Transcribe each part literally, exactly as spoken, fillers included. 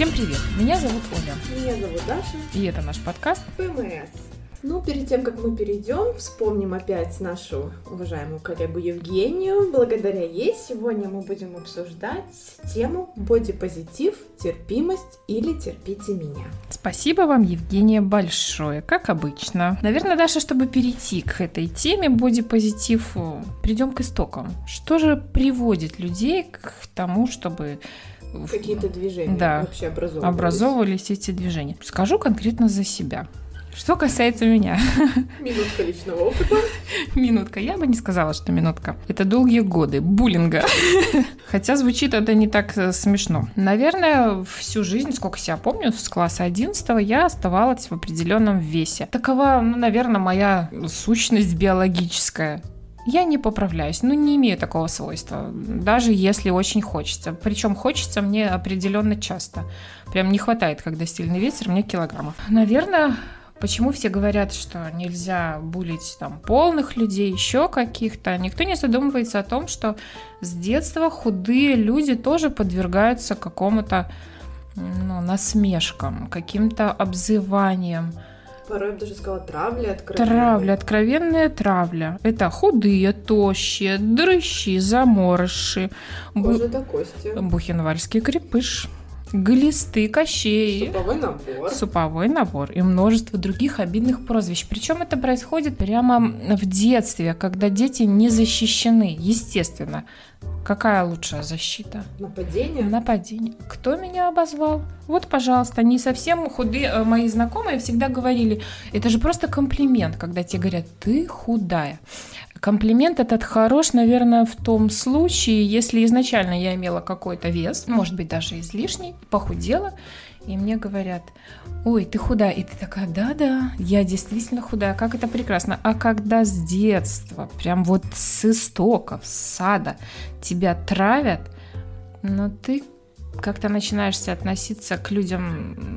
Всем привет! Меня зовут Оля. Меня зовут Даша. И это наш подкаст ПМС. Ну, перед тем, как мы перейдем, вспомним опять нашу уважаемую коллегу Евгению. Благодаря ей сегодня мы будем обсуждать тему бодипозитив, терпимость или терпите меня. Спасибо вам, Евгения, большое, как обычно. Наверное, Даша, чтобы перейти к этой теме бодипозитив, придем к истокам. Что же приводит людей к тому, чтобы какие-то движения да, вообще образовывались. образовывались эти движения? Скажу конкретно за себя. Что касается меня. Минутка личного опыта. Минутка. Я бы не сказала, что минутка. Это долгие годы буллинга. Хотя звучит это не так смешно. Наверное, всю жизнь, сколько себя помню, с класса одиннадцатого я оставалась в определенном весе. Такова, ну, наверное, моя сущность биологическая. Я не поправляюсь, ну не имею такого свойства, даже если очень хочется. Причем хочется мне определенно часто. Прям не хватает, когда сильный ветер, мне килограммов. Наверное, почему все говорят, что нельзя булить там полных людей, еще каких-то. Никто не задумывается о том, что с детства худые люди тоже подвергаются какому-то ну, насмешкам, каким-то обзываниям. Порой я бы даже сказала травля откровенная. Травля, откровенная травля. Это худые, тощие, дрыщи, заморыши. Кожа до кости. Бухенвальский крепыш. Глисты, кощей. Суповой набор. Суповой набор. И множество других обидных прозвищ. Причем это происходит прямо в детстве, когда дети не защищены. Естественно. Какая лучшая защита? Нападение? Нападение. Кто меня обозвал? Вот, пожалуйста, не совсем худые мои знакомые всегда говорили, это же просто комплимент, когда тебе говорят, ты худая. Комплимент этот хорош, наверное, в том случае, если изначально я имела какой-то вес, может быть, даже излишний, похудела, и мне говорят, ой, ты худая. И ты такая, да-да, я действительно худая, как это прекрасно. А когда с детства, прям вот с истоков, с сада тебя травят, но ты как-то начинаешься относиться к людям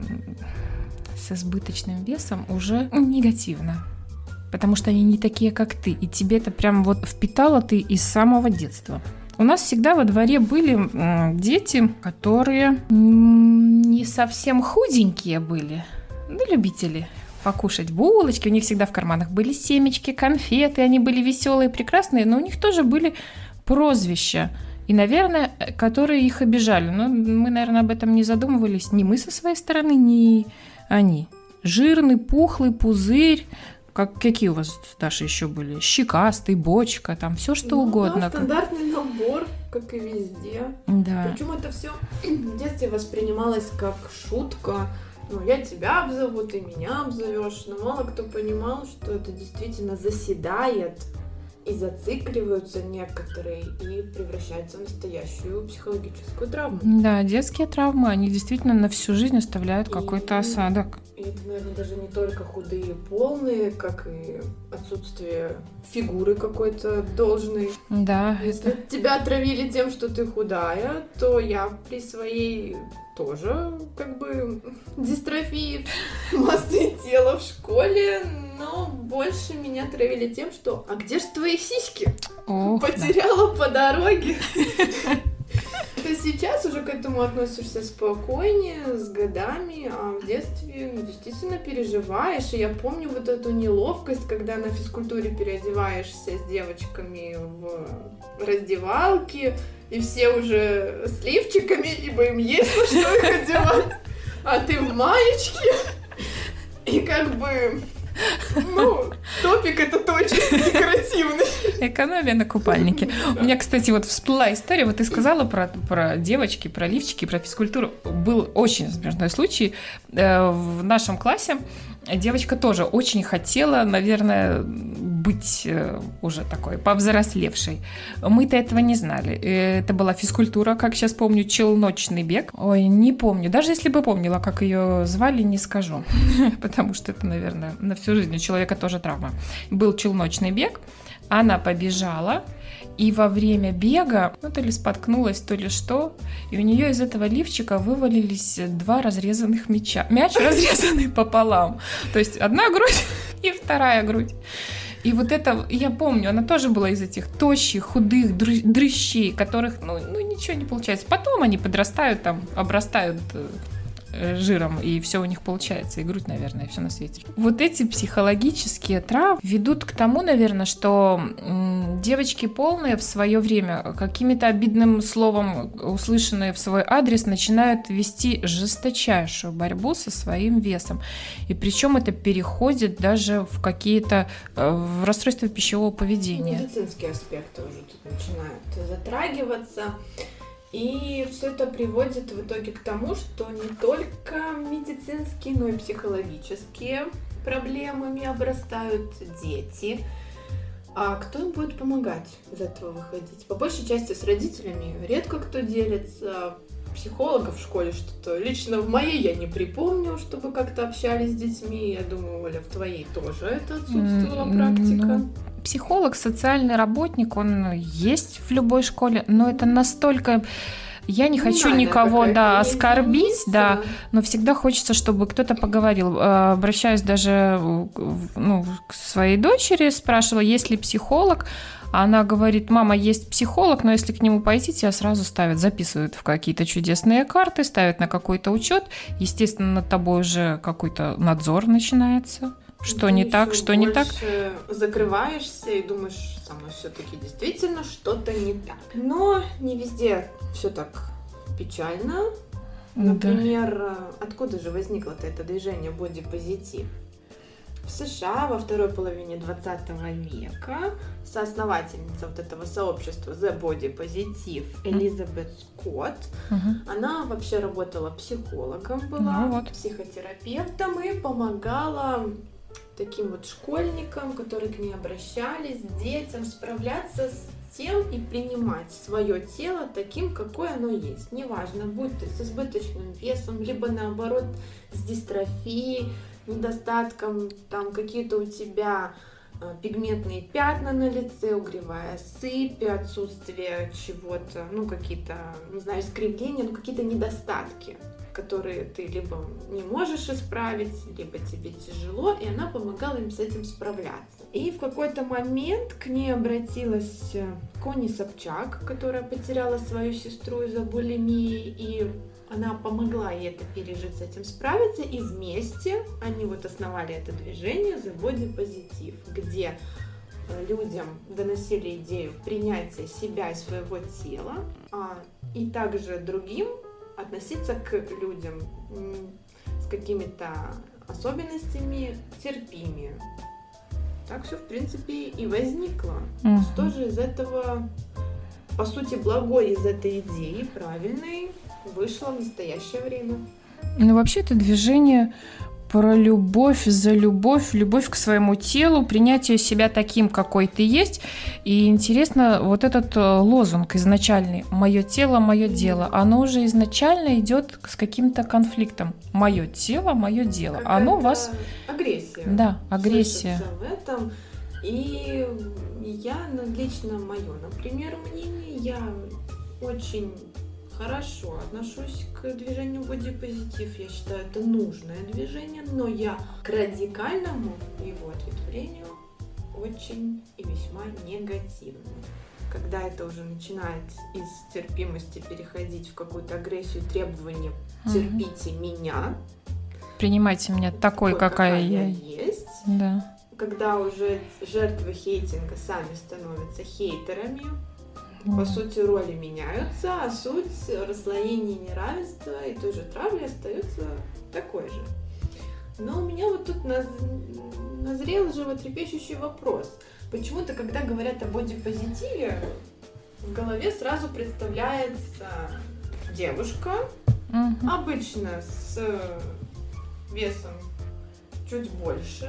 с избыточным весом уже негативно. Потому что они не такие, как ты. И тебе это прям вот впитало ты из самого детства. У нас всегда во дворе были м, дети, которые м, не совсем худенькие были. Ну, любители покушать булочки. У них всегда в карманах были семечки, конфеты. Они были веселые, прекрасные. Но у них тоже были прозвища. И, наверное, которые их обижали. Но мы, наверное, об этом не задумывались. Ни мы со своей стороны, ни они. Жирный, пухлый, пузырь. Как, какие у вас, Даша, еще были? Щекастый, бочка, там все что ну, угодно. Да, стандартный набор, как и везде. Да. Причем это все в детстве воспринималось как шутка. Ну, я тебя обзову, ты меня обзовешь. Но мало кто понимал, что это действительно заседает и зацикливаются некоторые и превращаются в настоящую психологическую травму. Да, детские травмы, они действительно на всю жизнь оставляют и, какой-то осадок. И это, наверное, даже не только худые, полные, как и отсутствие фигуры какой-то должной. Да. Если это... тебя отравили тем, что ты худая, то я при своей тоже как бы дистрофии массы тела в школе, но больше меня травили тем, что «а где ж твои сиськи?» Ох, потеряла да. по дороге. Ты сейчас уже к этому относишься спокойнее, с годами, а в детстве ну, действительно переживаешь. И я помню вот эту неловкость, когда на физкультуре переодеваешься с девочками в раздевалке, и все уже с лифчиками, ибо им есть на что их одевать, а ты в маечке, и как бы... Ну, топик это точно декоративный. Экономия на купальнике. Да. У меня, кстати, вот всплыла история. Вот ты сказала про, про девочки, про лифчики, про физкультуру. Был очень смешной случай. В нашем классе девочка тоже очень хотела, наверное, быть уже такой повзрослевшей. Мы-то этого не знали. Это была физкультура, как сейчас помню, челночный бег. Ой, не помню. Даже если бы помнила, как ее звали, не скажу. Потому что это, наверное, на всю жизнь у человека тоже травма. Был челночный бег. Она побежала. И во время бега, ну, то ли споткнулась, то ли что, и у нее из этого лифчика вывалились два разрезанных мяча. Мяч разрезанный пополам. То есть одна грудь и вторая грудь. И вот это, я помню, она тоже была из этих тощих, худых дрыщей, которых, ну, ну, ничего не получается. Потом они подрастают, там, обрастают жиром, и все у них получается, и грудь, наверное, и все на свете. Вот эти психологические травмы ведут к тому, наверное, что м, девочки полные в свое время какими-то обидным словом, услышанные в свой адрес, начинают вести жесточайшую борьбу со своим весом. И причем это переходит даже в какие-то э, в расстройства пищевого поведения. Медицинские аспекты уже тут начинают затрагиваться. И все это приводит в итоге к тому, что не только медицинские, но и психологические проблемами обрастают дети. А кто им будет помогать из этого выходить? По большей части с родителями редко кто делится. Психологов в школе что-то. Лично в моей я не припомню, чтобы как-то общались с детьми. Я думаю, Оля, в твоей тоже это отсутствовала практика. Ну, психолог, социальный работник, он есть в любой школе, но это настолько... Я не хочу Надо никого, да, оскорбить, единица. да, но всегда хочется, чтобы кто-то поговорил. Обращаюсь даже ну, к своей дочери, спрашивала, есть ли психолог. Она говорит, мама, есть психолог, но если к нему пойти, тебя сразу ставят, записывают в какие-то чудесные карты, ставят на какой-то учет. Естественно, над тобой уже какой-то надзор начинается. Что Ты не так, что не так. Закрываешься и думаешь, со мной все-таки действительно что-то не так. Но не везде все так печально. Например, да. Откуда же возникло-то это движение бодипозитив? В США во второй половине двадцатого века соосновательница вот этого сообщества The Body Positive Элизабет Скотт, угу. Она вообще работала психологом, была ну, вот. психотерапевтом и помогала таким вот школьникам, которые к ней обращались, детям справляться с тем и принимать свое тело таким, какое оно есть. Неважно, будь ты с избыточным весом, либо наоборот с дистрофией, недостатком, там какие-то у тебя э, пигментные пятна на лице, угревая сыпь, отсутствие чего-то, ну какие-то, не знаю, искривления, ну какие-то недостатки, которые ты либо не можешь исправить, либо тебе тяжело, и она помогала им с этим справляться. И в какой-то момент к ней обратилась Кони Собчак, которая потеряла свою сестру из-за булимии, и она помогла ей это пережить, с этим справиться, и вместе они вот основали это движение The Body Positive, где людям доносили идею принятия себя и своего тела, а, и также другим относиться к людям с какими-то особенностями терпимее. Так все, в принципе, и возникло. Uh-huh. Что же из этого, по сути, благой из этой идеи, правильной, вышло в настоящее время? Ну, вообще, это движение про любовь за любовь, любовь к своему телу, принятие себя таким, какой ты есть. И интересно, вот этот лозунг изначальный «Мое тело, мое дело», оно уже изначально идет с каким-то конфликтом. Мое тело, мое дело. Какая-то оно вас... агрессия. Да, агрессия. В этом. И я, лично мое, например, мнение, я очень... хорошо отношусь к движению бодипозитив. Я считаю, это нужное движение, но я к радикальному его ответвлению очень и весьма негативно. Когда это уже начинает из терпимости переходить в какую-то агрессию, требование «терпите угу. меня», принимайте меня такой, такой какая, какая я есть. Да. Когда уже жертвы хейтинга сами становятся хейтерами, по сути, роли меняются, а суть расслоения неравенства и той же травли остается такой же. Но у меня вот тут назрел животрепещущий вопрос. Почему-то, когда говорят о бодипозитиве, в голове сразу представляется девушка, угу. обычно с весом чуть больше,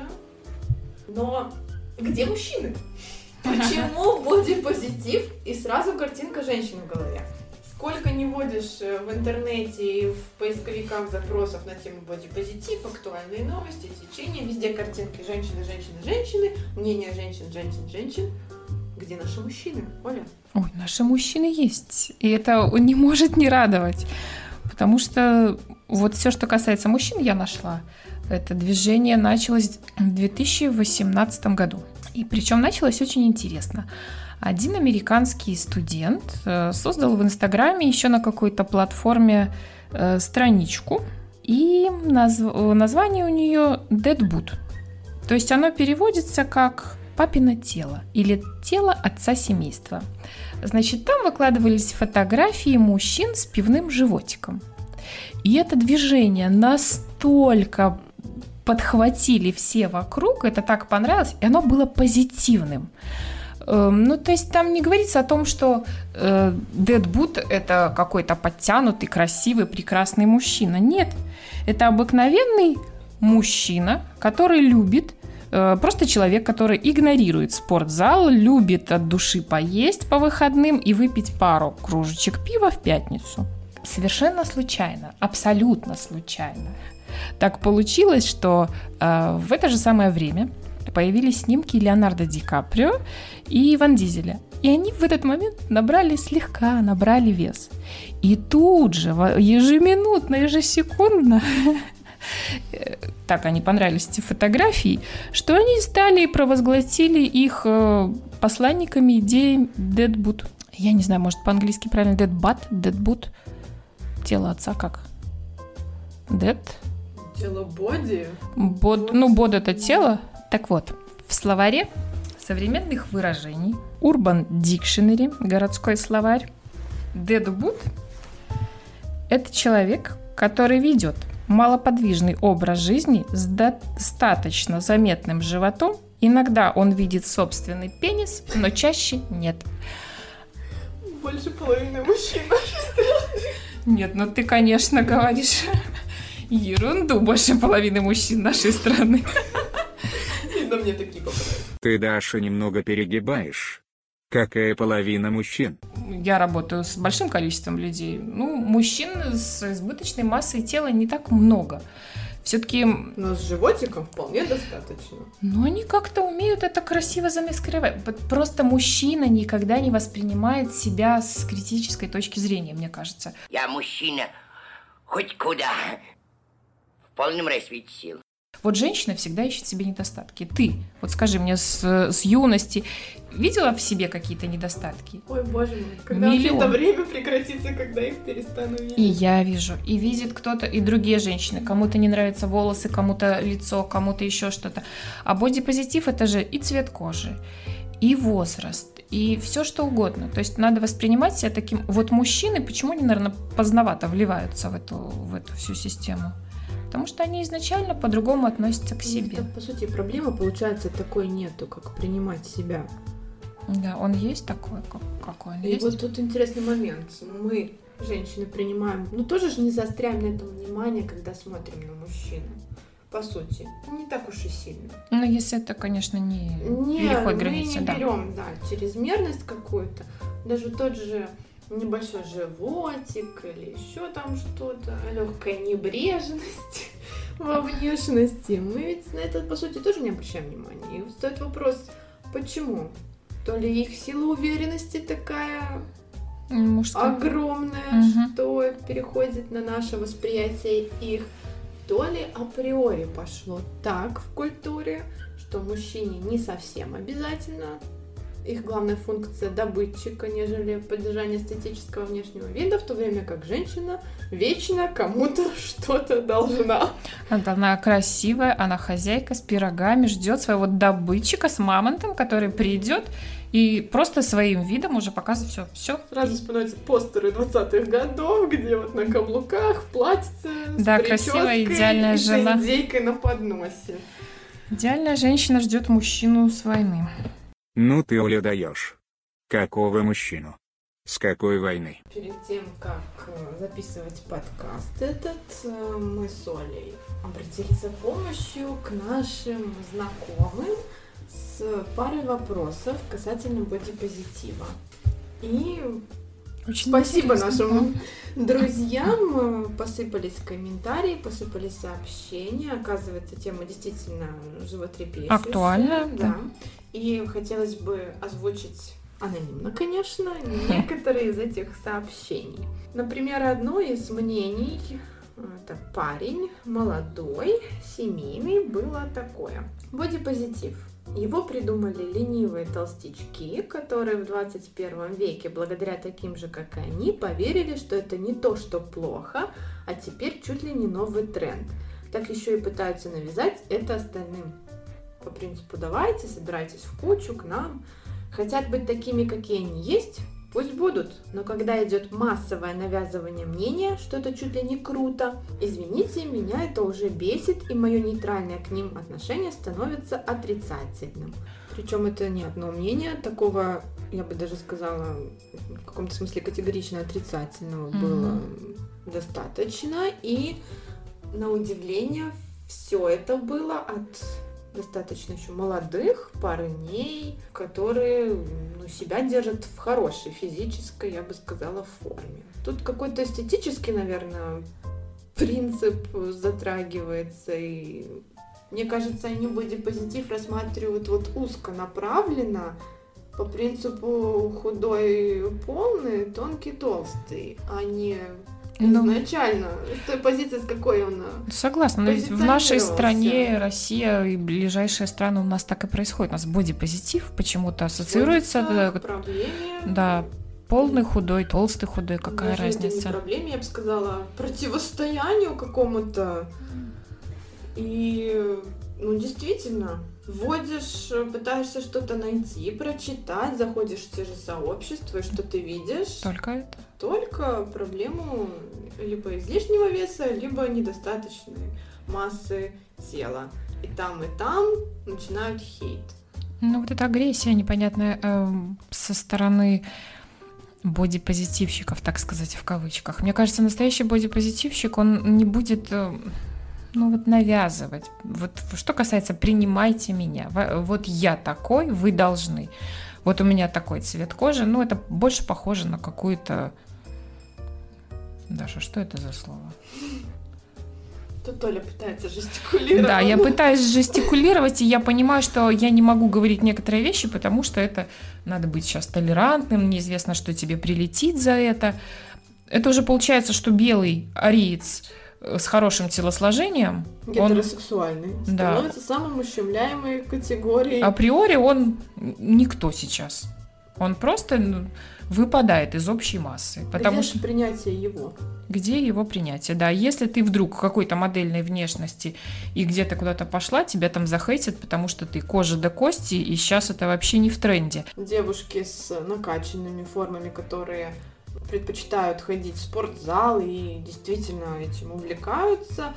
но где мужчины? Почему бодипозитив и сразу картинка женщины в голове? Сколько не вводишь в интернете и в поисковиках запросов на тему бодипозитив, актуальные новости, течения, везде картинки женщины, женщины, женщины, мнение женщин, женщин, женщин. Где наши мужчины, Оля? Ой, наши мужчины есть, и это не может не радовать, потому что вот все, что касается мужчин, я нашла. Это движение началось в две тысячи восемнадцатом году. И причем началось очень интересно. Один американский студент создал в Инстаграме еще на какой-то платформе страничку И назв- название у нее Deadwood. То есть оно переводится как «папино тело» или «тело отца семейства». Значит, там выкладывались фотографии мужчин с пивным животиком. И это движение настолько подхватили все вокруг, это так понравилось, и оно было позитивным. Ну, то есть там не говорится о том, что э, Deadwood – это какой-то подтянутый, красивый, прекрасный мужчина. Нет, это обыкновенный мужчина, который любит, э, просто человек, который игнорирует спортзал, любит от души поесть по выходным и выпить пару кружечек пива в пятницу. Совершенно случайно, абсолютно случайно. Так получилось, что э, в это же самое время появились снимки Леонардо Ди Каприо и Ван Дизеля. И они в этот момент набрали слегка, набрали вес. И тут же, ежеминутно, ежесекундно, так они понравились, эти фотографии, что они стали и провозгласили их посланниками идеи Deadwood. Я не знаю, может по-английски правильно Deadbutt, Deadwood. Тело отца как? Dead? Тело боди? Bod, ну, bod это тело. Так вот, в словаре современных выражений Urban Dictionary, городской словарь, Deadwood – это человек, который ведет малоподвижный образ жизни с достаточно заметным животом. Иногда он видит собственный пенис, но чаще нет. Больше половины мужчин нашей страны. Нет, ну ты, конечно, говоришь ерунду, больше половины мужчин нашей страны. Но мне такие попадают. Ты, Даша, немного перегибаешь. Какая половина мужчин? Я работаю с большим количеством людей. Ну, мужчин с избыточной массой тела не так много. Все-таки... Но с животиком вполне достаточно. Но они как-то умеют это красиво замаскировать. Просто мужчина никогда не воспринимает себя с критической точки зрения, мне кажется. Я мужчина хоть куда. В полном расцвете сил. Вот женщина всегда ищет себе недостатки. Ты, вот скажи мне, с, с юности видела в себе какие-то недостатки? Ой, боже мой, когда вообще это время прекратится, когда их перестану видеть? И я вижу, и видит кто-то, и другие женщины. Кому-то не нравятся волосы, кому-то лицо, кому-то еще что-то. А бодипозитив – это же и цвет кожи, и возраст, и все что угодно. То есть надо воспринимать себя таким... Вот мужчины, почему они, наверное, поздновато вливаются в эту, в эту всю систему? Потому что они изначально по-другому относятся к себе. Это, по сути, проблемы, получается, такой нету, как принимать себя. Да, он есть такой, как, какой он И есть. вот тут интересный момент. Мы, женщины, принимаем, ну тоже же не заостряем на этом внимание, когда смотрим на мужчину. По сути, не так уж и сильно. Ну, если это, конечно, не, не переход границы, мы не да. берем, да, чрезмерность какую-то. Даже тот же небольшой животик или еще там что-то, легкая небрежность во внешности. Мы ведь на это, по сути, тоже не обращаем внимания. И стоит вопрос, почему? То ли их сила уверенности такая Мужская. огромная, Угу. что переходит на наше восприятие их, то ли априори пошло так в культуре, что мужчине не совсем обязательно. Их главная функция добытчика, нежели поддержание эстетического внешнего вида, в то время как женщина вечно кому-то что-то должна. Она красивая, она хозяйка с пирогами, ждет своего добытчика с мамонтом, который придет и просто своим видом уже показывает все. все. Сразу вспоминаются постеры двадцатых годов, где вот на каблуках, в платьице, Да, с красивая, прической идеальная и жена. с индейкой на подносе. Идеальная женщина ждет мужчину с войны. Ну ты, Оля, даешь. Какого мужчину? С какой войны? Перед тем, как записывать подкаст этот, мы с Олей обратились за помощью к нашим знакомым с парой вопросов касательно бодипозитива. И Очень спасибо интересно. нашим друзьям, посыпались комментарии, посыпались сообщения. Оказывается, тема действительно животрепещущая. Актуальная, да. да. И хотелось бы озвучить анонимно, конечно, некоторые из этих сообщений. Например, одно из мнений Это парень, молодой, семейный, было такое. Бодипозитив. Его придумали ленивые толстячки, которые в двадцать первом веке, благодаря таким же, как и они, поверили, что это не то, что плохо, а теперь чуть ли не новый тренд. Так еще и пытаются навязать это остальным. По принципу давайте, собирайтесь в кучу к нам. Хотят быть такими, какие они есть? Пусть будут, но когда идет массовое навязывание мнения, что это чуть ли не круто, извините, меня это уже бесит, и мое нейтральное к ним отношение становится отрицательным. Причем это не одно мнение, такого, я бы даже сказала, в каком-то смысле категорично отрицательного mm-hmm. было достаточно, и на удивление все это было от достаточно еще молодых парней, которые ну, себя держат в хорошей физической, я бы сказала, форме. Тут какой-то эстетический, наверное, принцип затрагивается, и мне кажется, они бодипозитив рассматривают вот узконаправленно, по принципу худой полный, тонкий толстый, а не Ну, изначально, с той позиции, с какой он согласна, но ведь в нашей стране, Россия и ближайшие страны у нас так и происходит. У нас бодипозитив почему-то ассоциируется, да, да, полный худой, толстый худой, какая даже разница? Это не проблеме, я бы сказала, противостоянию какому-то. И, ну, действительно, вводишь, пытаешься что-то найти, прочитать, заходишь в те же сообщества, и что ты видишь? Только это. Только проблему либо излишнего веса, либо недостаточной массы тела. И там, и там начинают хейт. Ну, вот эта агрессия непонятная э, со стороны бодипозитивщиков, так сказать, в кавычках. Мне кажется, настоящий бодипозитивщик, он не будет... Э, ну вот навязывать. Вот что касается «принимайте меня», вот я такой, вы должны. Вот у меня такой цвет кожи, ну это больше похоже на какую-то... Даша, что это за слово? Тут Оля пытается жестикулировать. Да, я пытаюсь жестикулировать, и я понимаю, что я не могу говорить некоторые вещи, потому что это надо быть сейчас толерантным, неизвестно, что тебе прилетит за это. Это уже получается, что белый ариец с хорошим телосложением, гетеросексуальный, он становится да, самым ущемляемой категорией. Априори он никто сейчас. Он просто выпадает из общей массы. Потому Где что... принятие его? Где его принятие? Да, если ты вдруг какой-то модельной внешности и где-то куда-то пошла, тебя там захейтят, потому что ты кожа до кости, и сейчас это вообще не в тренде. Девушки с накачанными формами, которые предпочитают ходить в спортзал и действительно этим увлекаются,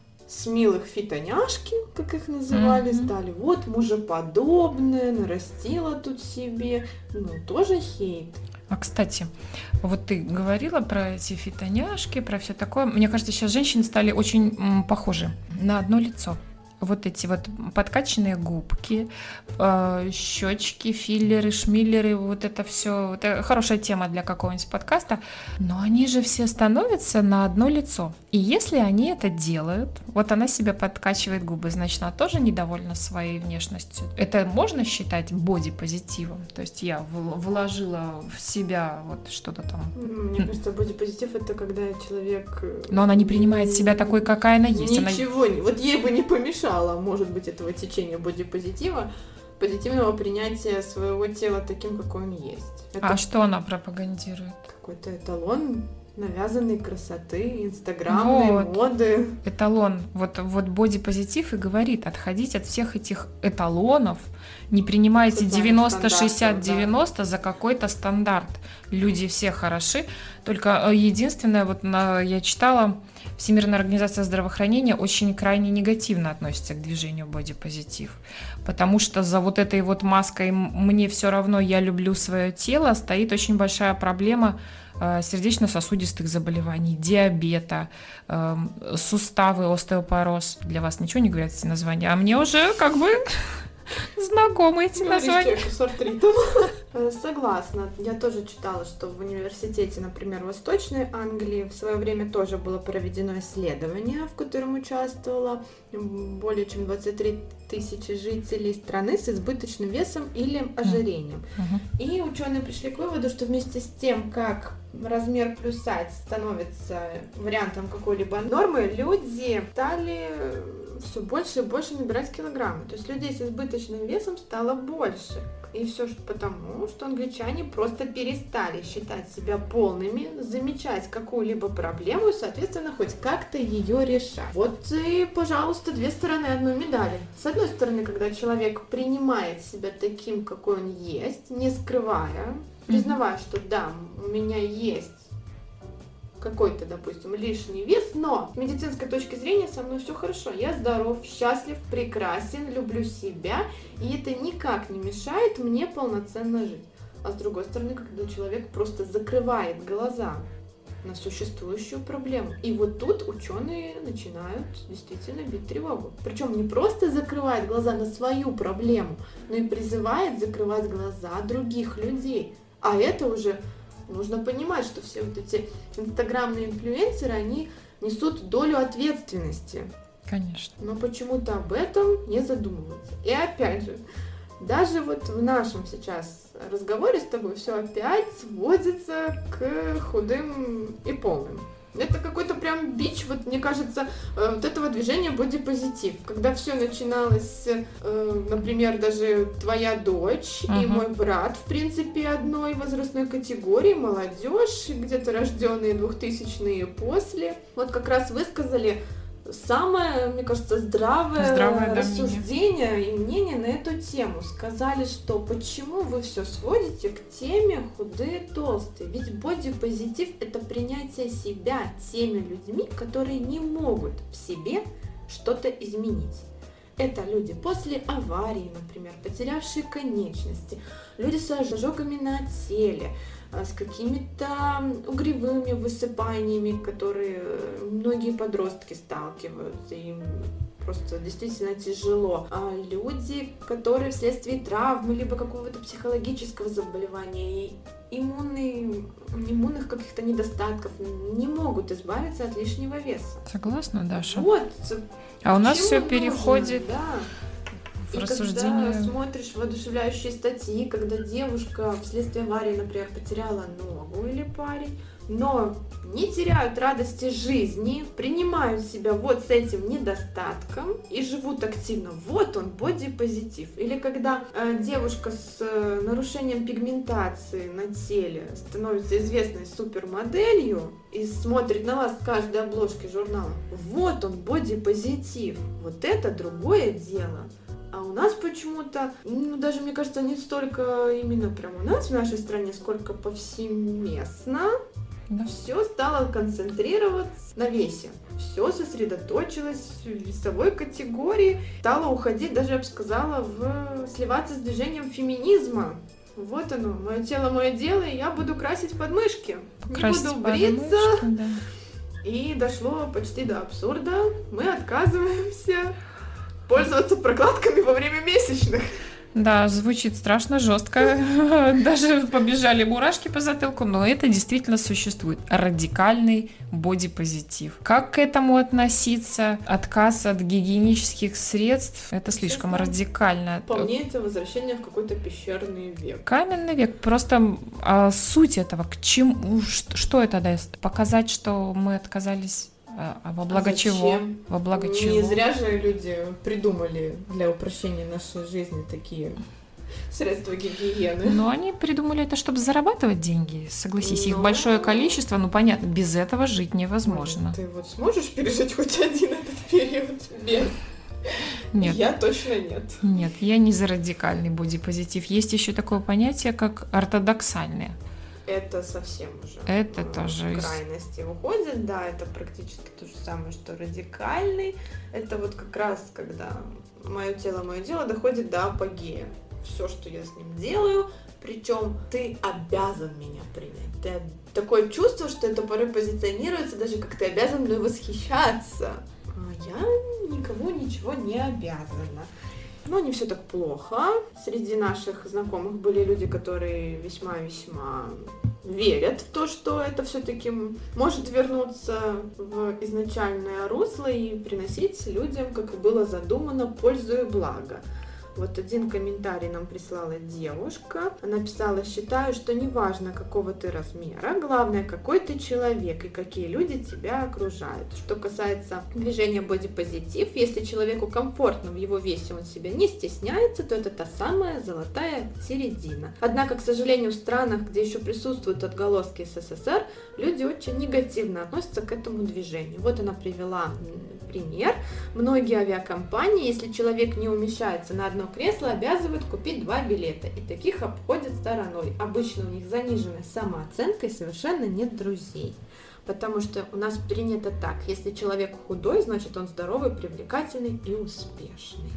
с милых фитоняшки, как их называли, mm-hmm. стали вот мужеподобные, нарастила тут себе, ну тоже хейт. А, кстати, вот ты говорила про эти фитоняшки, про все такое. Мне кажется, сейчас женщины стали очень м, похожи на одно лицо. Вот эти вот подкачанные губки, э, щечки, филлеры, шмиллеры, вот это все. Это хорошая тема для какого-нибудь подкаста. Но они же все становятся на одно лицо. И если они это делают, вот она себя подкачивает губы, значит, она тоже недовольна своей внешностью. Это можно считать бодипозитивом? То есть я вложила в себя вот что-то там. Мне кажется, бодипозитив — это когда человек... Но она не принимает себя такой, какая она есть. Ничего она... не... Вот ей бы не помешало, может быть, этого течения бодипозитива, позитивного принятия своего тела таким, какой он есть. Это а что она пропагандирует? Какой-то эталон навязанной красоты, инстаграмной вот. Моды. Эталон. Вот, вот бодипозитив и говорит, отходить от всех этих эталонов, не принимайте девяносто шестьдесят девяносто да. за какой-то стандарт. Люди все хороши. Только единственное, вот на, я читала, Всемирная организация здравоохранения очень крайне негативно относится к движению бодипозитив, потому что за вот этой вот маской «мне все равно, я люблю свое тело» стоит очень большая проблема э, сердечно-сосудистых заболеваний, диабета, э, суставы, остеопороз. Для вас ничего не говорят эти названия, а мне уже как бы знакомы эти названия. С артритом. Согласна. Я тоже читала, что в университете, например, Восточной Англии в свое время тоже было проведено исследование, в котором участвовало более чем двадцать три тысячи жителей страны с избыточным весом или ожирением. Uh-huh. И ученые пришли к выводу, что вместе с тем, как размер плюс сайз становится вариантом какой-либо нормы, люди стали все больше и больше набирать килограммы. То есть людей с избыточным весом стало больше. И все потому, что англичане просто перестали считать себя полными, замечать какую-либо проблему и, соответственно, хоть как-то ее решать. Вот и, пожалуйста, две стороны одной медали. С одной стороны, когда человек принимает себя таким, какой он есть, не скрывая, признавая, что да, у меня есть какой-то, допустим, лишний вес, но с медицинской точки зрения со мной все хорошо. Я здоров, счастлив, прекрасен, люблю себя, и это никак не мешает мне полноценно жить. А с другой стороны, когда человек просто закрывает глаза на существующую проблему. И вот тут ученые начинают действительно бить тревогу. Причем не просто закрывает глаза на свою проблему, но и призывает закрывать глаза других людей. А это уже... Нужно понимать, что все вот эти инстаграмные инфлюенсеры, они несут долю ответственности. Конечно. Но почему-то об этом не задумываются. И опять же, даже вот в нашем сейчас разговоре с тобой все опять сводится к худым и полным. Это какой-то прям бич, вот мне кажется, вот этого движения бодипозитив. Когда все начиналось, например, даже твоя дочь uh-huh. и мой брат, в принципе, одной возрастной категории, молодежь, где-то рожденные двухтысячные после, вот как раз высказали самое, мне кажется, здравое, здравое рассуждение мнение. и мнение на эту тему. Сказали, что почему вы все сводите к теме худые, толстые. Ведь бодипозитив – это принятие себя теми людьми, которые не могут в себе что-то изменить. Это люди после аварии, например, потерявшие конечности, люди с ожогами на теле, с какими-то угревыми высыпаниями, которые многие подростки сталкиваются, им просто действительно тяжело. А люди, которые вследствие травмы, либо какого-то психологического заболевания, иммунные, иммунных каких-то недостатков, не могут избавиться от лишнего веса. Согласна, Даша. Вот. А у нас все переходит... Да. В и рассуждение... когда смотришь воодушевляющие статьи, когда девушка вследствие аварии, например, потеряла ногу или парень, но не теряют радости жизни, принимают себя вот с этим недостатком и живут активно. Вот он, бодипозитив. Или когда э, девушка с э, нарушением пигментации на теле становится известной супермоделью и смотрит на вас с каждой обложки журнала. Вот он, бодипозитив. Вот это другое дело. А у нас почему-то, ну, даже, мне кажется, не столько именно прям у нас в нашей стране, сколько повсеместно, да. Все стало концентрироваться на весе. Все сосредоточилось в весовой категории, стало уходить, даже, я бы сказала, в сливаться с движением феминизма. Вот оно, мое тело, мое дело, и я буду красить подмышки. Красить не буду бриться. Подмышки, да. И дошло почти до абсурда. Мы отказываемся пользоваться прокладками во время месячных. Да, звучит страшно жестко. Даже побежали мурашки по затылку, но это действительно существует. Радикальный бодипозитив. Как к этому относиться? Отказ от гигиенических средств? Это слишком Честно, радикально. По мне, это возвращение в какой-то пещерный век. Каменный век. Просто а, суть этого, к чему, что это даст? Показать, что мы отказались... А во благо а чего? Во благо Не чего? зря же люди придумали для упрощения нашей жизни такие средства гигиены. Но они придумали это, чтобы зарабатывать деньги. Согласись, но... их большое количество, ну понятно, без этого жить невозможно. Ты вот сможешь пережить хоть один этот период без? Нет. Я точно нет. Нет, я не за радикальный бодипозитив. Есть еще такое понятие, как ортодоксальное. Это совсем уже это тоже крайности выходит, да, это практически то же самое, что радикальный. Это вот как раз, когда мое тело, мое дело доходит до апогея. Все, что я с ним делаю, причем ты обязан меня принять. Ты, такое чувство, что это порой позиционируется даже как ты обязан мной восхищаться. А я никому ничего не обязана. но не все так плохо. Среди наших знакомых были люди, которые весьма-весьма верят в то, что это все-таки может вернуться в изначальное русло и приносить людям, как и было задумано, пользу и благо. Вот один комментарий нам прислала девушка. Она писала: считаю, что неважно, какого ты размера, главное, какой ты человек и какие люди тебя окружают. Что касается движения бодипозитив, если человеку комфортно в его весе, он себя не стесняется, то это та самая золотая середина. Однако, к сожалению, в странах, где еще присутствуют отголоски СССР, люди очень негативно относятся к этому движению. Вот она привела пример. Многие авиакомпании, если человек не умещается на одно кресло, обязывают купить два билета, и таких обходят стороной. Обычно у них заниженная самооценка и совершенно нет друзей. Потому что у нас принято так: если человек худой, значит он здоровый, привлекательный и успешный.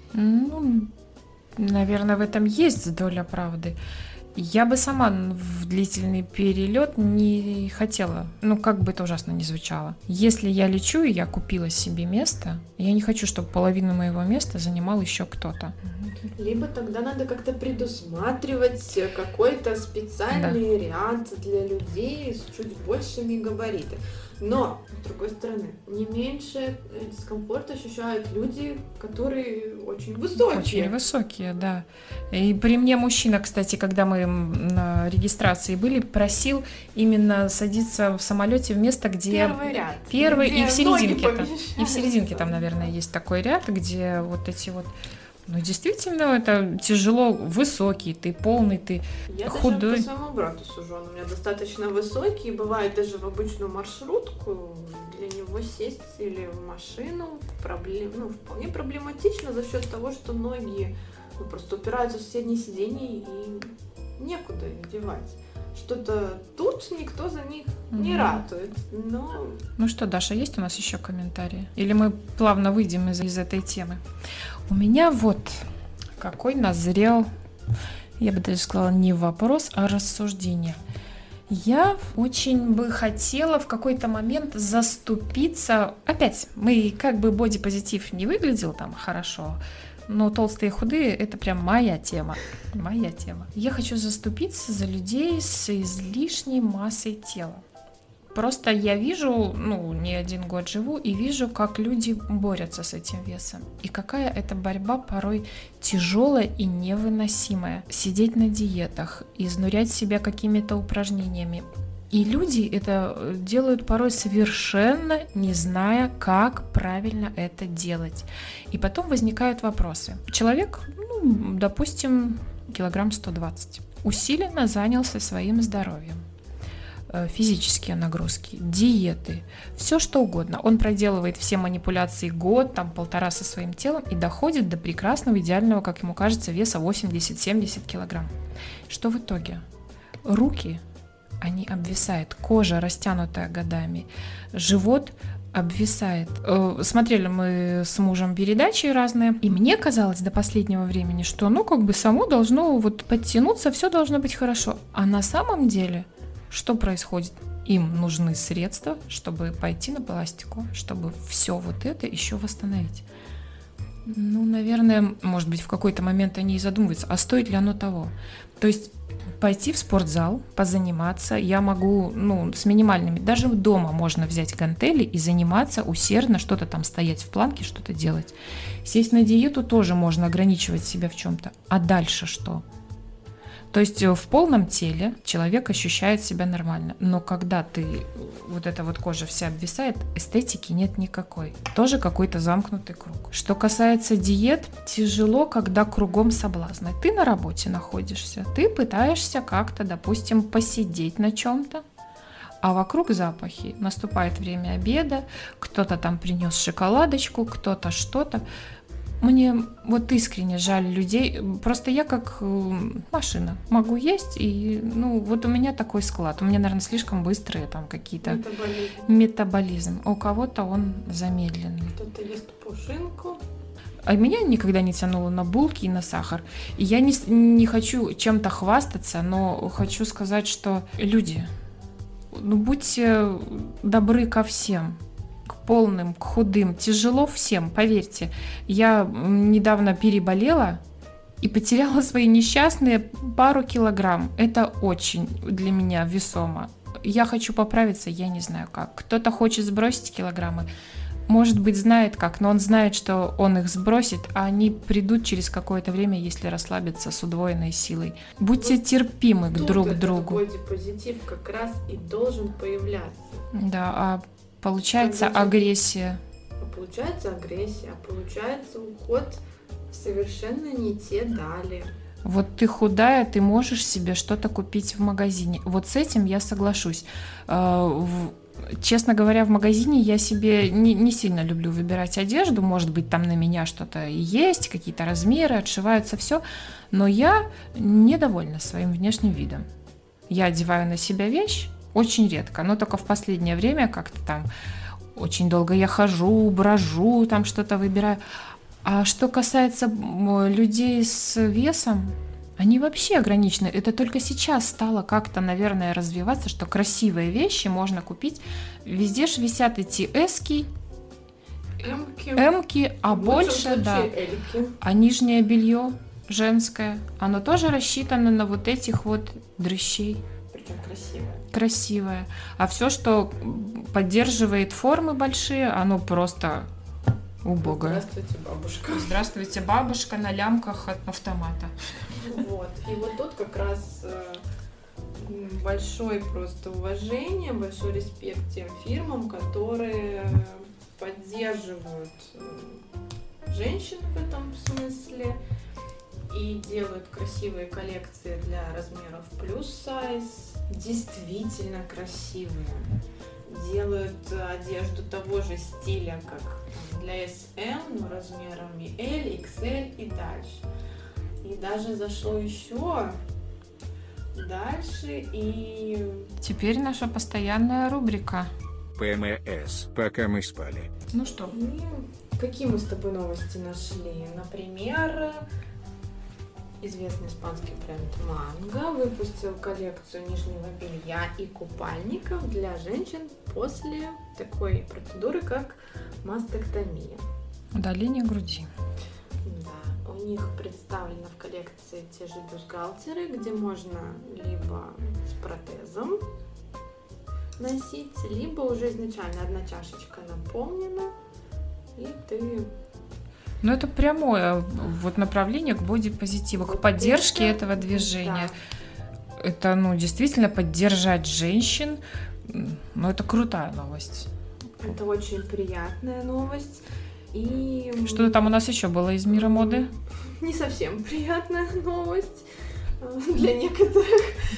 Ну, наверное, в этом есть доля правды. Я бы сама в длительный перелет не хотела, ну, как бы это ужасно ни звучало. Если я лечу, и я купила себе место, я не хочу, чтобы половину моего места занимал еще кто-то. Либо тогда надо как-то предусматривать какой-то специальный да. ряд для людей с чуть большими габаритами. Но, с другой стороны, не меньше дискомфорт ощущают люди, которые очень высокие. Очень высокие, да. И при мне мужчина, кстати, когда мы на регистрации были, просил именно садиться в самолете в место, где... Первый ряд. Первый, где и в серединке там. помещаются. И в серединке там, наверное, есть такой ряд, где вот эти вот... Ну, действительно, это тяжело, высокий, ты полный, ты я худой. Я даже по своему брату сужу, он у меня достаточно высокий, бывает даже в обычную маршрутку для него сесть или в машину проблем, ну, вполне проблематично за счет того, что ноги ну, просто упираются в соседние сиденья и некуда их девать. Что-то тут никто за них не mm-hmm. ратует, но... Ну что, Даша, есть у нас еще комментарии? Или мы плавно выйдем из, из этой темы? У меня вот какой назрел, я бы даже сказала, не вопрос, а рассуждение. Я очень бы хотела в какой-то момент заступиться. Опять, мы как бы бодипозитив не выглядел там хорошо, но толстые и худые – это прям моя тема. Моя тема. Я хочу заступиться за людей с излишней массой тела. Просто я вижу, ну, не один год живу, и вижу, как люди борются с этим весом. И какая эта борьба порой тяжелая и невыносимая. Сидеть на диетах, изнурять себя какими-то упражнениями. И люди это делают порой совершенно не зная, как правильно это делать. И потом возникают вопросы. Человек, ну, допустим, килограмм сто двадцать, усиленно занялся своим здоровьем. Физические нагрузки, диеты, все что угодно. Он проделывает все манипуляции год, там полтора со своим телом и доходит до прекрасного, идеального, как ему кажется, веса восемьдесят-семьдесят килограмм. Что в итоге? Руки, они обвисают, кожа растянутая годами, живот обвисает. Смотрели мы с мужем передачи разные, и мне казалось до последнего времени, что ну как бы само должно вот подтянуться, все должно быть хорошо. А на самом деле... Что происходит? Им нужны средства, чтобы пойти на пластику, чтобы все вот это еще восстановить. Ну, наверное, может быть, в какой-то момент они и задумываются, а стоит ли оно того? То есть пойти в спортзал, позаниматься, я могу, ну, с минимальными, даже дома можно взять гантели и заниматься усердно, что-то там стоять в планке, что-то делать. Сесть на диету тоже можно ограничивать себя в чем-то. А дальше что? То есть в полном теле человек ощущает себя нормально, но когда ты, вот эта вот кожа вся обвисает, эстетики нет никакой. Тоже какой-то замкнутый круг. Что касается диет, тяжело, когда кругом соблазны. Ты на работе находишься, ты пытаешься как-то, допустим, посидеть на чем-то, а вокруг запахи. Наступает время обеда, кто-то там принес шоколадочку, кто-то что-то. Мне вот искренне жаль людей, просто я как машина могу есть, и ну вот у меня такой склад, у меня, наверное, слишком быстрые там какие-то метаболизм, метаболизм. А у кого-то он замедленный. Кто-то ест пушинку. А меня никогда не тянуло на булки и на сахар. И я не, не хочу чем-то хвастаться, но хочу сказать, что люди, ну будьте добры ко всем. полным, к худым тяжело всем, поверьте. Я недавно переболела и потеряла свои несчастные пару килограмм. Это очень для меня весомо. Я хочу поправиться, я не знаю как. Кто-то хочет сбросить килограммы, может быть, знает как, но он знает, что он их сбросит, а они придут через какое-то время, если расслабятся с удвоенной силой. Будьте вот терпимы друг к другу. Бодипозитив как раз и должен появляться. Да, а получается Когда агрессия. А получается агрессия, а получается уход в совершенно не те дали. Вот ты худая, ты можешь себе что-то купить в магазине. Вот с этим я соглашусь. Честно говоря, в магазине я себе не, не сильно люблю выбирать одежду. Может быть, там на меня что-то есть, какие-то размеры, отшиваются, все. Но я недовольна своим внешним видом. Я одеваю на себя вещь очень редко, но только в последнее время как-то там очень долго я хожу, брожу, там что-то выбираю. А что касается людей с весом, они вообще ограничены. Это только сейчас стало как-то, наверное, развиваться, что красивые вещи можно купить. Везде же висят эти эски, эмки, эмки, а больше, да. эльки. А нижнее белье женское, оно тоже рассчитано на вот этих вот дрыщей. Причем красивое. Красивое. А все, что поддерживает формы большие, оно просто убогое. Здравствуйте, бабушка. Здравствуйте, бабушка на лямках от автомата. Вот. И вот тут как раз большое просто уважение, большой респект тем фирмам, которые поддерживают женщин в этом смысле и делают красивые коллекции для размеров плюс сайз, действительно красивые. Делают одежду того же стиля, как для эс эм, но размерами эль, икс эль и дальше. И даже зашло еще дальше и... Теперь наша постоянная рубрика. ПМС, пока мы спали. Ну что? И какие мы с тобой новости нашли? Например, известный испанский бренд Манго выпустил коллекцию нижнего белья и купальников для женщин после такой процедуры, как мастектомия. Удаление груди. Да, у них представлены в коллекции те же бюстгальтеры, где можно либо с протезом носить, либо уже изначально одна чашечка наполнена, и ты... Ну, это прямое вот направление к бодипозитиву, к поддержке это, этого движения. Да. Это, ну, действительно поддержать женщин. Ну, это крутая новость. Это очень приятная новость. И... Что-то там у нас еще было из мира моды? Не совсем приятная новость для некоторых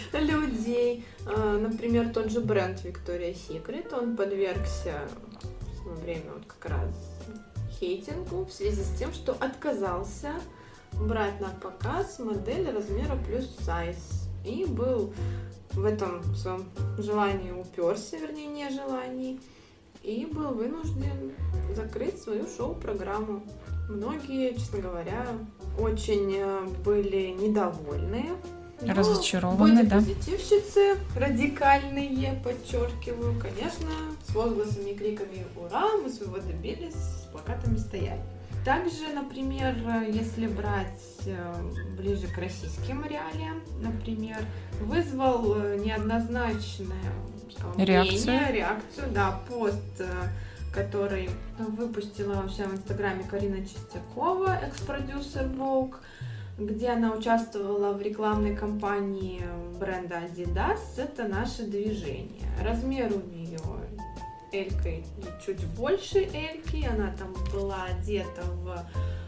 людей. Например, тот же бренд Victoria's Secret, он подвергся во время вот как раз хейтингу в связи с тем, что отказался брать на показ модель размера плюс сайз. И был в этом своем желании уперся, вернее, нежелании, и был вынужден закрыть свою шоу-программу. Многие, честно говоря, очень были недовольны. Разочарованы, да? Бодипозитивщицы радикальные, подчеркиваю, конечно, с возгласами и криками «Ура! Мы своего добились!» с плакатами стояли. Также, например, если брать ближе к российским реалиям, например, вызвал неоднозначное, скажем, реакцию. мнение, реакцию, да, пост, который выпустила вообще в Инстаграме Карина Чистякова, экс-продюсер Vogue, где она участвовала в рекламной кампании бренда Adidas. Это наше движение. Размер у нее элька и чуть больше эльки. Она там была одета в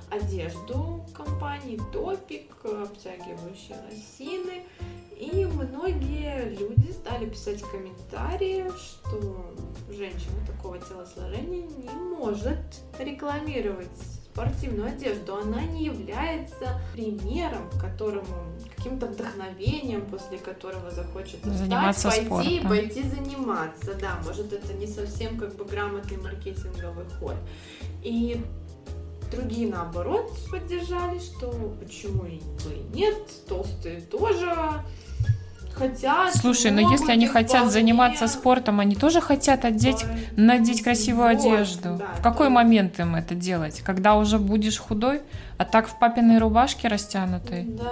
одежду компании, топик, обтягивающие лосины. И многие люди стали писать комментарии, что женщина такого телосложения не может рекламировать спортивную одежду. Она не является примером, которому каким-то вдохновением, после которого захочется заниматься встать, пойти и спортом. пойти заниматься. Да, может, это не совсем как бы грамотный маркетинговый ход. И другие, наоборот, поддержали, что почему и нет, толстые тоже хотят. Слушай, но могут если они и хотят вполне. заниматься спортом, они тоже хотят одеть, Да. надеть красивую Вот, одежду. да, В какой то- момент им это делать? Когда уже будешь худой, а так в папиной рубашке растянутой? Да,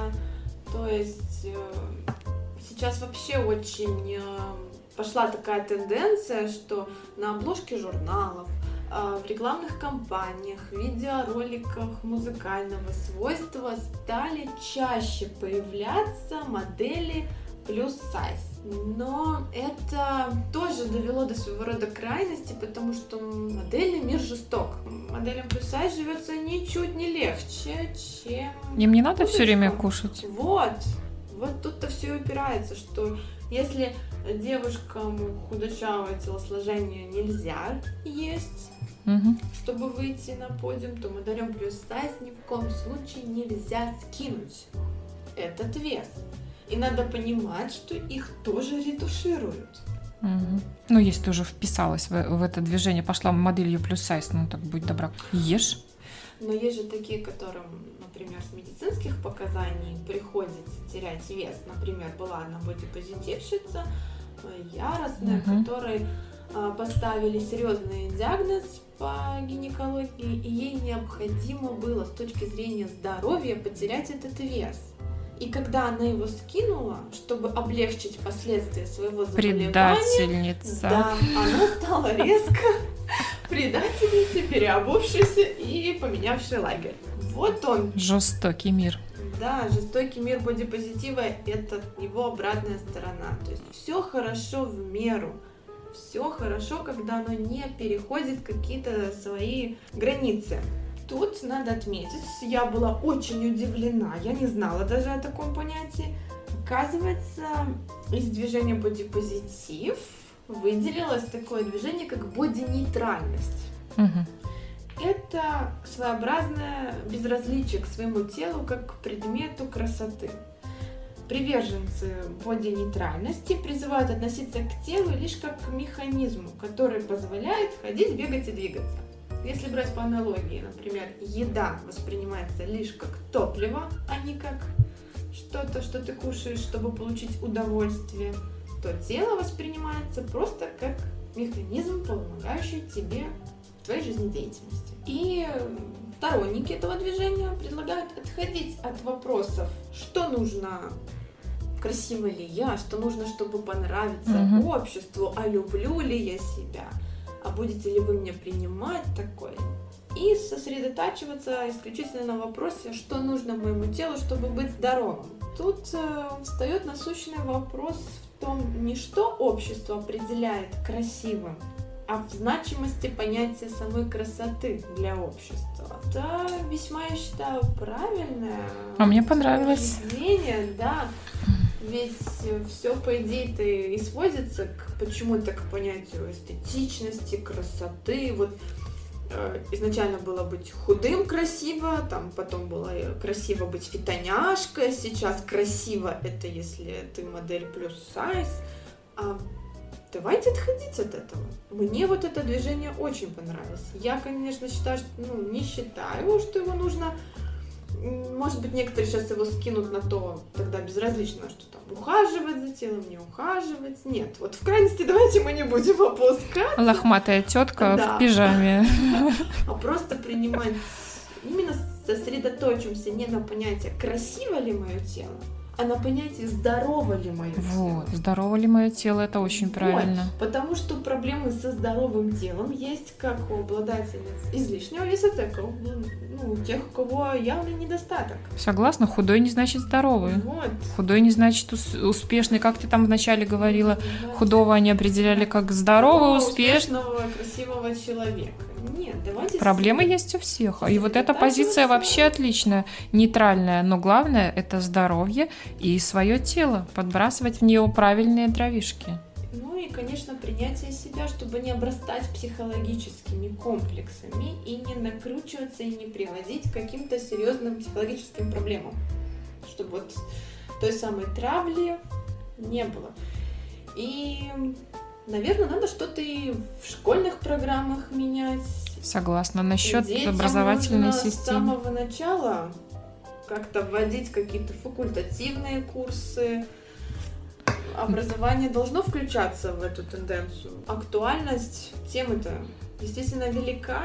да. То есть э, сейчас вообще очень э, пошла такая тенденция, что на обложке журналов, э, в рекламных кампаниях, видеороликах музыкального свойства стали чаще появляться модели плюс сайз. Но это тоже довело до своего рода крайности, потому что модельный мир жесток. Моделям плюс сайз живется ничуть не легче, чем... Им не надо все время художникам. кушать. Вот, вот тут-то все и упирается, что если девушкам худощавое телосложение нельзя есть, Мгм. чтобы выйти на подиум, то моделям плюс сайз ни в коем случае нельзя скинуть этот вес. И надо понимать, что их тоже ретушируют. Мгм. Ну, если ты уже вписалась в, в это движение, пошла моделью плюс сайз, ну так будь добра, ешь. Но есть же такие, которым, например, с медицинских показаний приходится терять вес. Например, была одна бодипозитивщица, э, яростная, Мгм. которой э, поставили серьезный диагноз по гинекологии, и ей необходимо было с точки зрения здоровья потерять этот вес. И когда она его скинула, чтобы облегчить последствия своего заболевания, Предательница. да, она стала резко предательницей, переобувшейся и поменявшей лагерь. Вот он, Жестокий мир. да, жестокий мир бодипозитива – это его обратная сторона. То есть все хорошо в меру, все хорошо, когда оно не переходит какие-то свои границы. Тут надо отметить, я была очень удивлена, я не знала даже о таком понятии. Оказывается, из движения бодипозитив выделилось такое движение, как бодинейтральность. Мгм. Это своеобразное безразличие к своему телу как к предмету красоты. Приверженцы бодинейтральности призывают относиться к телу лишь как к механизму, который позволяет ходить, бегать и двигаться. Если брать по аналогии, например, еда воспринимается лишь как топливо, а не как что-то, что ты кушаешь, чтобы получить удовольствие, то тело воспринимается просто как механизм, помогающий тебе в твоей жизнедеятельности. И сторонники этого движения предлагают отходить от вопросов, что нужно, красива ли я, что нужно, чтобы понравиться Мгм. обществу, а люблю ли я себя, а будете ли вы меня принимать такой, и сосредотачиваться исключительно на вопросе, что нужно моему телу, чтобы быть здоровым. Тут э, встает насущный вопрос в том, не что общество определяет красивым, а в значимости понятия самой красоты для общества. Это весьма, я считаю, правильное А мне понравилось. определение, да. Ведь все, по идее-то, и сводится к почему-то к понятию эстетичности, красоты. Вот э, изначально было быть худым красиво, там потом было красиво быть фитоняшкой, сейчас красиво это если ты модель плюс сайз. А давайте отходить от этого. Мне вот это движение очень понравилось. Я, конечно, считаю, что, ну, не считаю, что его нужно. Может быть, некоторые сейчас его скинут на то, тогда безразлично, что там ухаживать за телом, не ухаживать. Нет, вот в крайности давайте мы не будем опускаться, Лохматая тетка Да. в пижаме. а просто принимать, именно сосредоточимся не на понятие «красиво ли мое тело», а на понятие «здорово ли мое Вот, тело». здорово ли мое тело, это очень Вот, правильно. потому что проблемы со здоровым телом есть как у обладательниц излишнего веса, так и у, ну, у тех, у кого явный недостаток. Согласна, худой не значит здоровый. Вот. Худой не значит ус- успешный. Как ты там вначале говорила, Да. худого они определяли как здоровый, Такого успешный. успешного, красивого человека. Нет, давайте... Проблемы есть у всех. И вот эта позиция вообще отличная, нейтральная. Но главное — это здоровье и свое тело. Подбрасывать в нее правильные дровишки. Ну и, конечно, принятие себя, чтобы не обрастать психологическими комплексами и не накручиваться и не приводить к каким-то серьезным психологическим проблемам. Чтобы вот той самой травли не было. И, наверное, надо что-то и в школьных программах менять. Согласна. Насчет Детям образовательной нужно с системы. самого начала как-то вводить какие-то факультативные курсы, образование должно включаться в эту тенденцию. Актуальность темы-то, естественно, велика,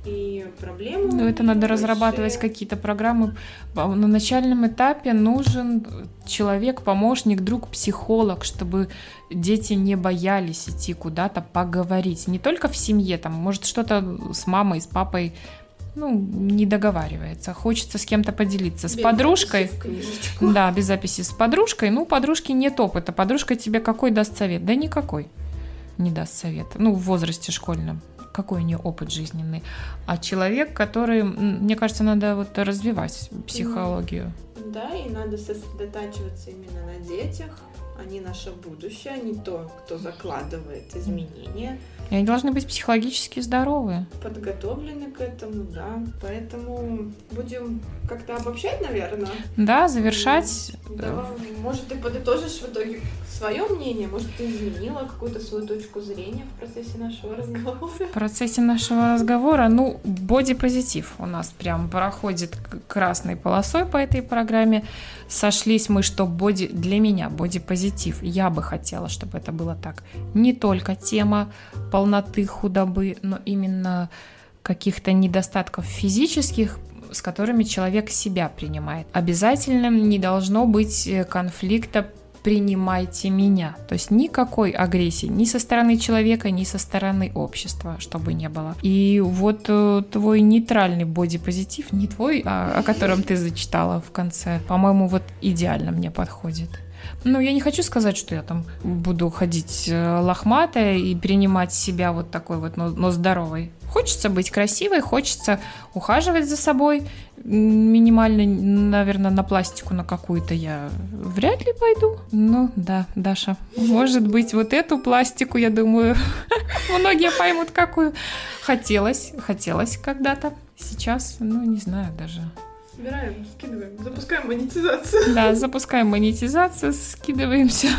и проблемы... Ну, это надо большие. разрабатывать какие-то программы. На начальном этапе нужен человек, помощник, друг, психолог, чтобы дети не боялись идти куда-то поговорить. Не только в семье, там, может, что-то с мамой, с папой, ну, не договаривается. Хочется с кем-то поделиться. С Без подружкой... записи в книжечку. Да, без записи. С подружкой, ну, у подружки нет опыта. Подружка тебе какой даст совет? Да никакой не даст совета. Ну, в возрасте школьном. Какой у нее опыт жизненный. А человек, который, мне кажется, надо вот развивать психологию. Да, и надо сосредотачиваться именно на детях. Они наше будущее, они то, кто закладывает изменения. И они должны быть психологически здоровые. Подготовлены к этому, да. Поэтому будем как-то обобщать, наверное. Да, завершать. Да, может, ты подытожишь в итоге свое мнение, может, ты изменила какую-то свою точку зрения в процессе нашего разговора. В процессе нашего разговора, ну, бодипозитив у нас прям проходит красной полосой по этой программе. Сошлись мы, что боди... для меня бодипозитив, я бы хотела, чтобы это было так. Не только тема полноты, худобы, но именно каких-то недостатков физических, с которыми человек себя принимает. Обязательно не должно быть конфликта «принимайте меня». То есть никакой агрессии ни со стороны человека, ни со стороны общества, чтобы не было. И вот э, твой нейтральный бодипозитив, не твой, а о котором ты зачитала в конце, по-моему, вот идеально мне подходит. Ну, я не хочу сказать, что я там буду ходить лохматая и принимать себя вот такой вот, но, но здоровой. Хочется быть красивой, хочется ухаживать за собой. Минимально, наверное, на пластику на какую-то я вряд ли пойду. Ну, да, Даша, может быть, вот эту пластику, я думаю, многие поймут, какую. Хотелось, хотелось когда-то. Сейчас, ну, не знаю даже. Собираем, скидываем, запускаем монетизацию. Да, запускаем монетизацию, скидываемся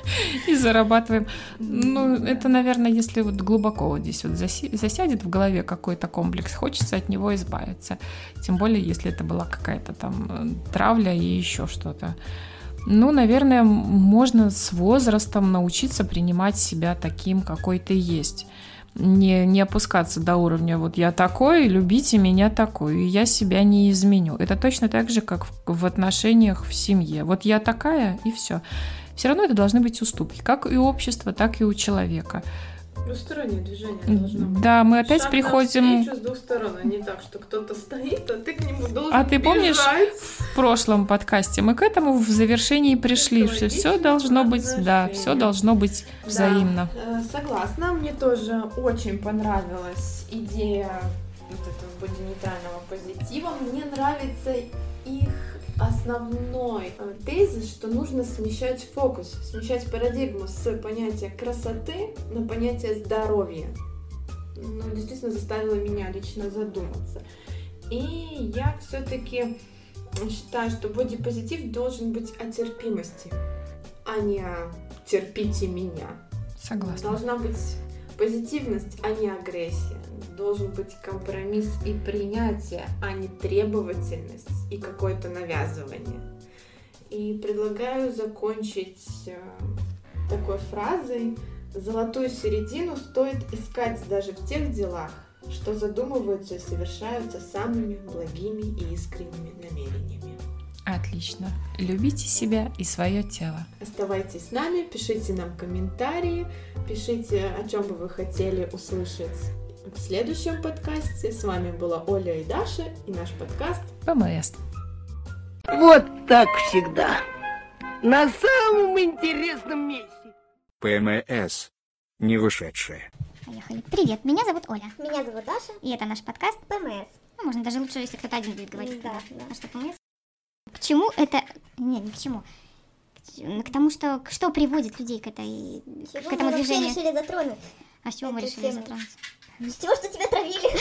и зарабатываем. Ну, это, наверное, если вот глубоко вот здесь вот заси- засядет в голове какой-то комплекс, хочется от него избавиться. Тем более, если это была какая-то там травля и еще что-то. Ну, наверное, можно с возрастом научиться принимать себя таким, какой ты есть. Не, не опускаться до уровня вот я такой, любите меня такой, и я себя не изменю. Это точно так же, как в, в отношениях в семье. Вот я такая, и все. Все равно это должны быть уступки, как и у общества, так и у человека. Двустороннее движение должно быть. Да, мы опять Шаг приходим... навстречу с двух сторон, а не так, что кто-то стоит, а ты к нему должен А ты помнишь, бежать. в прошлом подкасте мы к этому в завершении пришли, что все должно быть, да, все должно быть взаимно. Да, согласна, мне тоже очень понравилась идея вот этого бодинейтрального позитива. Мне нравится их основной тезис, что нужно смещать фокус, смещать парадигму с понятия красоты на понятие здоровья. Ну, действительно заставило меня лично задуматься. И я все-таки считаю, что бодипозитив должен быть о терпимости, а не о терпите меня. Согласна. Должна быть позитивность, а не агрессия. Должен быть компромисс и принятие, а не требовательность и какое-то навязывание. И предлагаю закончить э, такой фразой: золотую середину стоит искать даже в тех делах, что задумываются и совершаются самыми благими и искренними намерениями. Отлично. Любите себя и свое тело. Оставайтесь с нами, пишите нам комментарии, пишите, о чем бы вы хотели услышать в следующем подкасте. С вами была Оля и Даша и наш подкаст ПМС. Вот так всегда. На самом интересном месте. ПМС. Не вышедшее. Поехали. Привет, меня зовут Оля. Меня зовут Даша. И это наш подкаст. ПМС. Ну, можно даже лучше, если кто-то один будет говорить. Да, да. А что, ПМС? К чему это... Не, не к чему. К, к тому, что... Что приводит людей к, этой... Чего к этому мы движению. вообще решили затронуть? А с чего мы эту решили тему? затронуть? С чего, что тебя травили?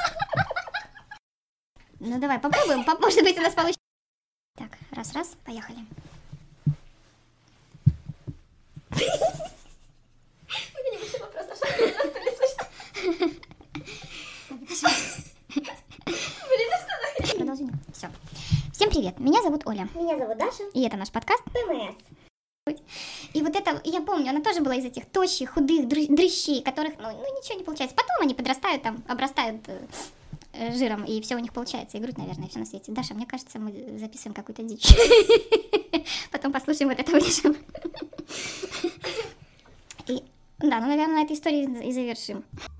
Ну, давай, попробуем. Поп- Может быть, у нас получится. Так, раз-раз, поехали. У меня еще вопрос, а что ты на столе слышно? Блин, ну что за хрень? Продолжение. Все. Всем привет, меня зовут Оля. Меня зовут Даша. И это наш подкаст. ПМС. И вот это, я помню, она тоже была из этих тощих, худых дры- дрыщей, которых, ну, ну, ничего не получается. Потом они подрастают, там, обрастают э, жиром, и все у них получается. И грудь, наверное, все на свете. Даша, мне кажется, мы записываем какую-то дичь. Потом послушаем, вот это вырежем. И, да, ну, наверное, на этой истории и завершим.